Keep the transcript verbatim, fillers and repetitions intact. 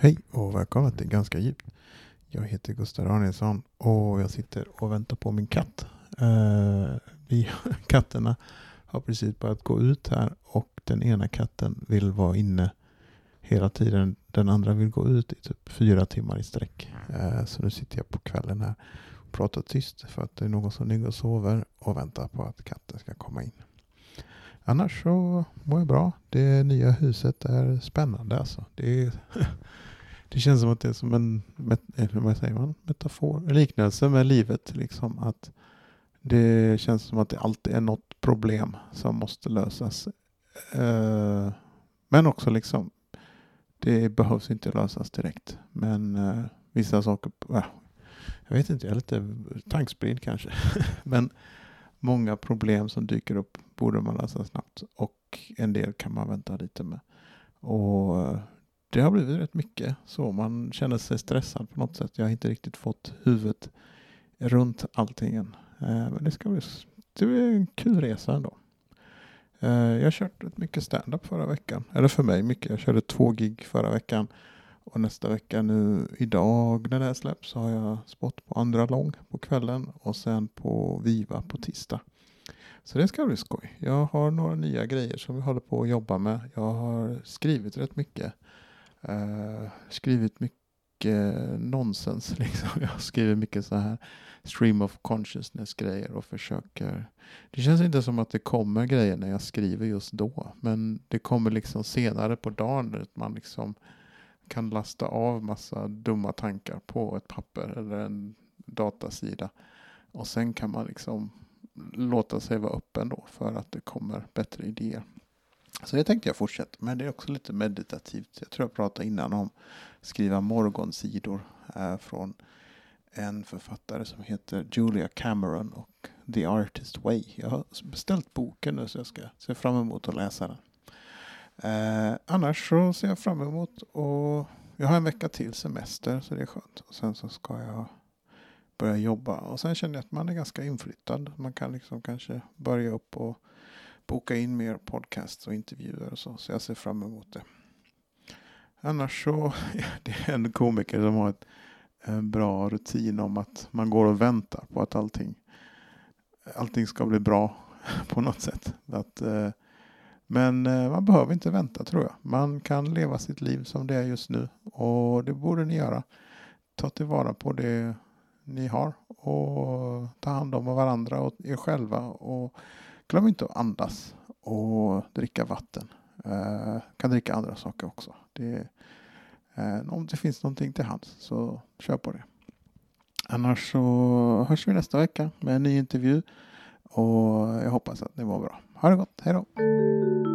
Hej och välkommen till Ganska djupt. Jag heter Gustav Danielsson och jag sitter och väntar på min katt. Uh, vi katterna har precis börjat gå ut här och den ena katten vill vara inne hela tiden. Den andra vill gå ut i typ fyra timmar i sträck. Uh, så nu sitter jag på kvällen här och pratar tyst för att det är någon som ligger och sover och väntar på att katten ska komma in. Annars så mår jag bra. Det nya huset är spännande alltså. Det är Det känns som att det är som en met- vad säger man? metafor, en liknelse med livet. Liksom, att det känns som att det alltid är något problem som måste lösas. Uh, men också liksom, det behövs inte lösas direkt. Men uh, vissa saker, uh, jag vet inte, jag är lite tankspridd kanske. Men många problem som dyker upp borde man lösa snabbt. Och en del kan man vänta lite med. Och uh, det har blivit rätt mycket så. Man känner sig stressad på något sätt. Jag har inte riktigt fått huvudet runt allting än. Eh, men det ska bli, det blir en kul resa ändå. Eh, jag har kört rätt mycket stand-up förra veckan. Eller för mig mycket. Jag körde två gig förra veckan. Och nästa vecka nu idag när det här släpps så har jag spot på andra lång på kvällen. Och sen på Viva på tisdag. Så det ska bli skoj. Jag har några nya grejer som vi håller på att jobba med. Jag har skrivit rätt mycket. Uh, skrivit mycket nonsens liksom. Jag har skrivit mycket så här stream of consciousness grejer och försöker, det känns inte som att det kommer grejer när jag skriver just då, men det kommer liksom senare på dagen där man liksom kan lasta av massa dumma tankar på ett papper eller en datasida och sen kan man liksom låta sig vara öppen då för att det kommer bättre idéer. Så det tänkte jag fortsätta. Men det är också lite meditativt. Jag tror jag pratade innan om skriva morgonsidor eh, från en författare som heter Julia Cameron och The Artist Way. Jag har beställt boken nu så jag ska se fram emot att läsa den. Eh, annars så ser jag fram emot och jag har en vecka till semester så det är skönt. Och sen så ska jag börja jobba och sen känner jag att man är ganska inflyttad. Man kan liksom kanske börja upp och boka in mer podcasts och intervjuer och så. Så jag ser fram emot det. Annars så, ja, det är en komiker som har ett, en bra rutin om att man går och väntar på att allting, allting ska bli bra på något sätt. Att, eh, men eh, man behöver inte vänta tror jag. Man kan leva sitt liv som det är just nu. Och det borde ni göra. Ta tillvara på det ni har. Och ta hand om varandra och er själva. Och glöm inte att andas och dricka vatten. Uh, kan dricka andra saker också. Det, uh, om det finns någonting till hands så kör på det. Annars så hörs vi nästa vecka med en ny intervju. Och jag hoppas att det var bra. Ha det gott. Hej då!